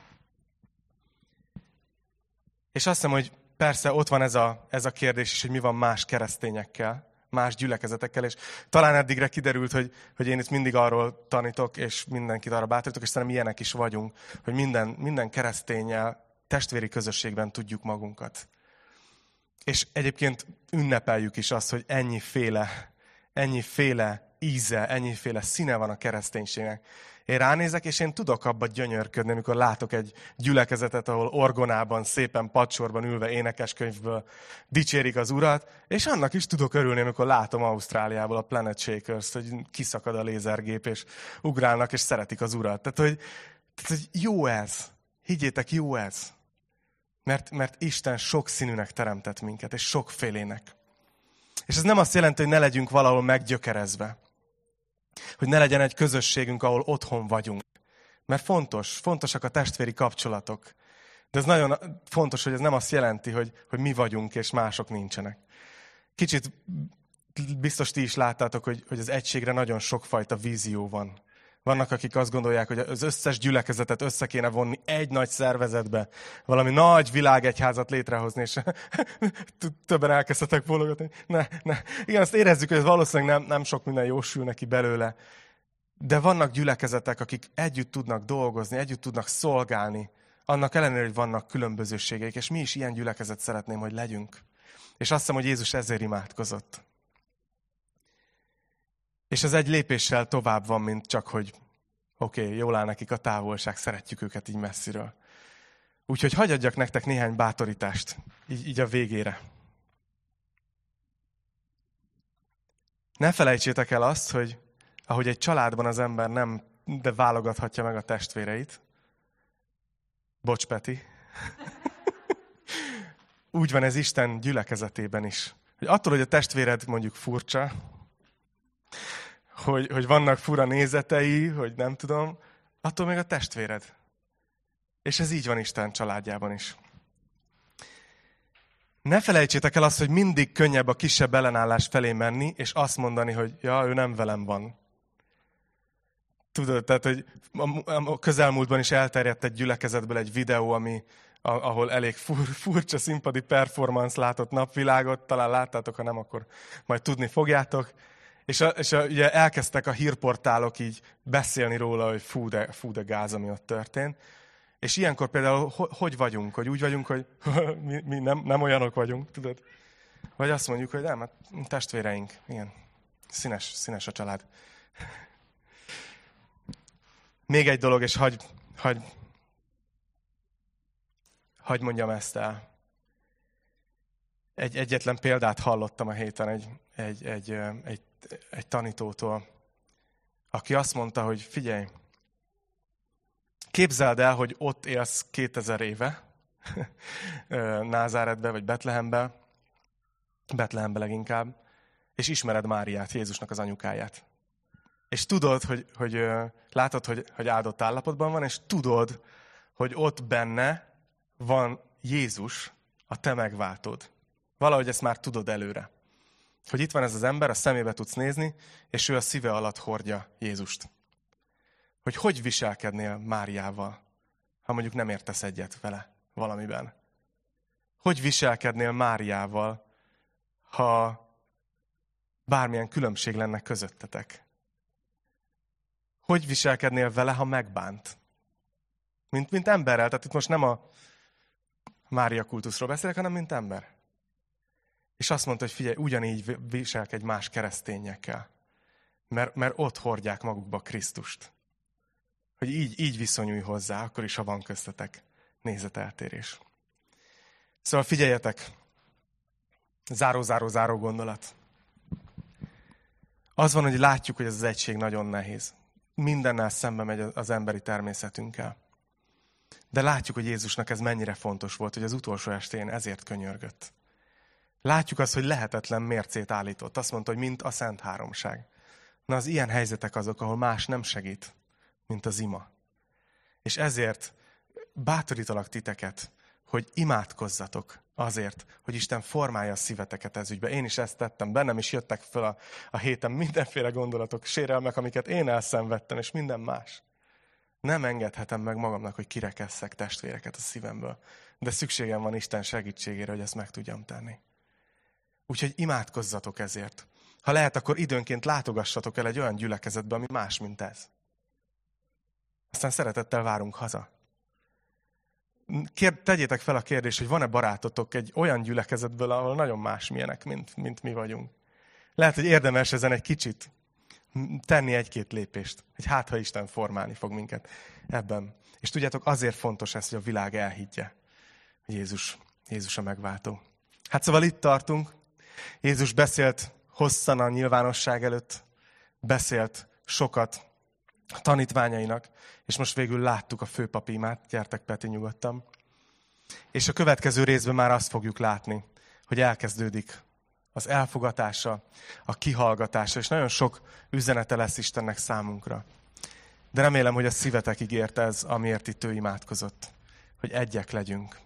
És azt hiszem, hogy persze ott van ez a, ez a kérdés is, hogy mi van más keresztényekkel, más gyülekezetekkel, és talán eddigre kiderült, hogy, hogy én itt mindig arról tanítok, és mindenkit arra bátorítok, és szerintem ilyenek is vagyunk, hogy minden, minden kereszténnyel testvéri közösségben tudjuk magunkat. És egyébként ünnepeljük is azt, hogy ennyiféle, ennyiféle íze, ennyiféle színe van a kereszténységnek. Én ránézek, és én tudok abba gyönyörködni, amikor látok egy gyülekezetet, ahol orgonában, szépen padsorban ülve énekeskönyvből dicsérik az Urat, és annak is tudok örülni, amikor látom Ausztráliából a Planet Shakers-t, hogy kiszakad a lézergép, és ugrálnak, és szeretik az Urat. Tehát, hogy, tehát, hogy jó ez. Higgyétek, jó ez. Mert, mert Isten sok színűnek teremtett minket, és sokfélének. És ez nem azt jelenti, hogy ne legyünk valahol meggyökerezve. Hogy ne legyen egy közösségünk, ahol otthon vagyunk. Mert fontos, fontosak a testvéri kapcsolatok. De ez nagyon fontos, hogy ez nem azt jelenti, hogy, hogy mi vagyunk, és mások nincsenek. Kicsit biztos ti is láttátok, hogy, hogy az egységre nagyon sokfajta vízió van. Vannak, akik azt gondolják, hogy az összes gyülekezetet össze kéne vonni egy nagy szervezetbe, valami nagy világegyházat létrehozni, és többen elkezdhetek bólogatni. Ne, ne. Igen, azt érezzük, hogy ez valószínűleg nem, nem sok minden jósül neki belőle. De vannak gyülekezetek, akik együtt tudnak dolgozni, együtt tudnak szolgálni, annak ellenére, hogy vannak különbözőségeik, és mi is ilyen gyülekezet szeretném, hogy legyünk. És azt hiszem, hogy Jézus ezért imádkozott. És ez egy lépéssel tovább van, mint csak, hogy oké, okay, jól áll nekik a távolság, szeretjük őket így messziről. Úgyhogy hadd adjak nektek néhány bátorítást, így, így a végére. Ne felejtsétek el azt, hogy ahogy egy családban az ember nem, de válogathatja meg a testvéreit. Bocs, Peti. Úgy van ez Isten gyülekezetében is. Hogy attól, hogy a testvéred mondjuk furcsa, Hogy, hogy vannak fura nézetei, hogy nem tudom, attól még a testvéred. És ez így van Isten családjában is. Ne felejtsétek el azt, hogy mindig könnyebb a kisebb ellenállás felé menni, és azt mondani, hogy ja, ő nem velem van. Tudod, tehát, hogy a közelmúltban is elterjedt egy gyülekezetből egy videó, ami, ahol elég fur, furcsa színpadi performance látott napvilágot, talán láttátok, ha nem, akkor majd tudni fogjátok. És, a, és a, ugye elkezdtek a hírportálok így beszélni róla, hogy fú de, fú de gáz, ami ott történt. És ilyenkor például hogy vagyunk? Hogy úgy vagyunk, hogy mi, mi nem, nem olyanok vagyunk, tudod? Vagy azt mondjuk, hogy nem, hát testvéreink, igen, színes, színes a család. Még egy dolog, és hagy, hagy, hagy mondjam ezt el. Egy egyetlen példát hallottam a héten egy, egy, egy, egy, egy tanítótól, aki azt mondta, hogy figyelj, képzeld el, hogy ott élsz kétezer éve, Názáretbe vagy Betlehembe, Betlehembe leginkább, és ismered Máriát, Jézusnak az anyukáját. És tudod, hogy, hogy látod, hogy, hogy áldott állapotban van, és tudod, hogy ott benne van Jézus, a te megváltód. Valahogy ezt már tudod előre. Hogy itt van ez az ember, a szemébe tudsz nézni, és ő a szíve alatt hordja Jézust. Hogy hogy viselkednél Máriával, ha mondjuk nem értesz egyet vele valamiben. Hogy viselkednél Máriával, ha bármilyen különbség lenne közöttetek. Hogy viselkednél vele, ha megbánt? Mint, mint emberrel, tehát itt most nem a Mária kultuszról beszélek, hanem mint ember. És azt mondta, hogy figyelj, ugyanígy viselkedj más keresztényekkel. Mert, mert ott hordják magukba Krisztust. Hogy így, így viszonyulj hozzá, akkor is, ha van köztetek nézeteltérés. Szóval figyeljetek, záró, záró, záró gondolat. Az van, hogy látjuk, hogy ez az egység nagyon nehéz. Mindennel szembe megy az emberi természetünkkel. De látjuk, hogy Jézusnak ez mennyire fontos volt, hogy az utolsó estén ezért könyörgött. Látjuk azt, hogy lehetetlen mércét állított. Azt mondta, hogy mint a Szent Háromság. Na, az ilyen helyzetek azok, ahol más nem segít, mint az ima. És ezért bátorítalak titeket, hogy imádkozzatok azért, hogy Isten formálja a szíveteket ez ügybe. Én is ezt tettem, bennem is jöttek fel a, a héten mindenféle gondolatok, sérelmek, amiket én elszenvedtem, és minden más. Nem engedhetem meg magamnak, hogy kirekesszek testvéreket a szívemből, de szükségem van Isten segítségére, hogy ezt meg tudjam tenni. Úgyhogy imádkozzatok ezért. Ha lehet, akkor időnként látogassatok el egy olyan gyülekezetbe, ami más, mint ez. Aztán szeretettel várunk haza. Kér, tegyétek fel a kérdést, hogy van-e barátotok egy olyan gyülekezetből, ahol nagyon másmilyenek, mint, mint mi vagyunk. Lehet, hogy érdemes ezen egy kicsit tenni egy-két lépést, hogy hát, ha Isten formálni fog minket ebben. És tudjátok, azért fontos ez, hogy a világ elhiggye, hogy Jézus, Jézus a megváltó. Hát szóval itt tartunk. Jézus beszélt hosszan a nyilvánosság előtt, beszélt sokat a tanítványainak, és most végül láttuk a főpapi imát, gyertek Peti nyugodtan. És a következő részben már azt fogjuk látni, hogy elkezdődik az elfogatása, a kihallgatása, és nagyon sok üzenete lesz Istennek számunkra. De remélem, hogy a szívetekig ért ez, amiért itt ő imádkozott, hogy egyek legyünk,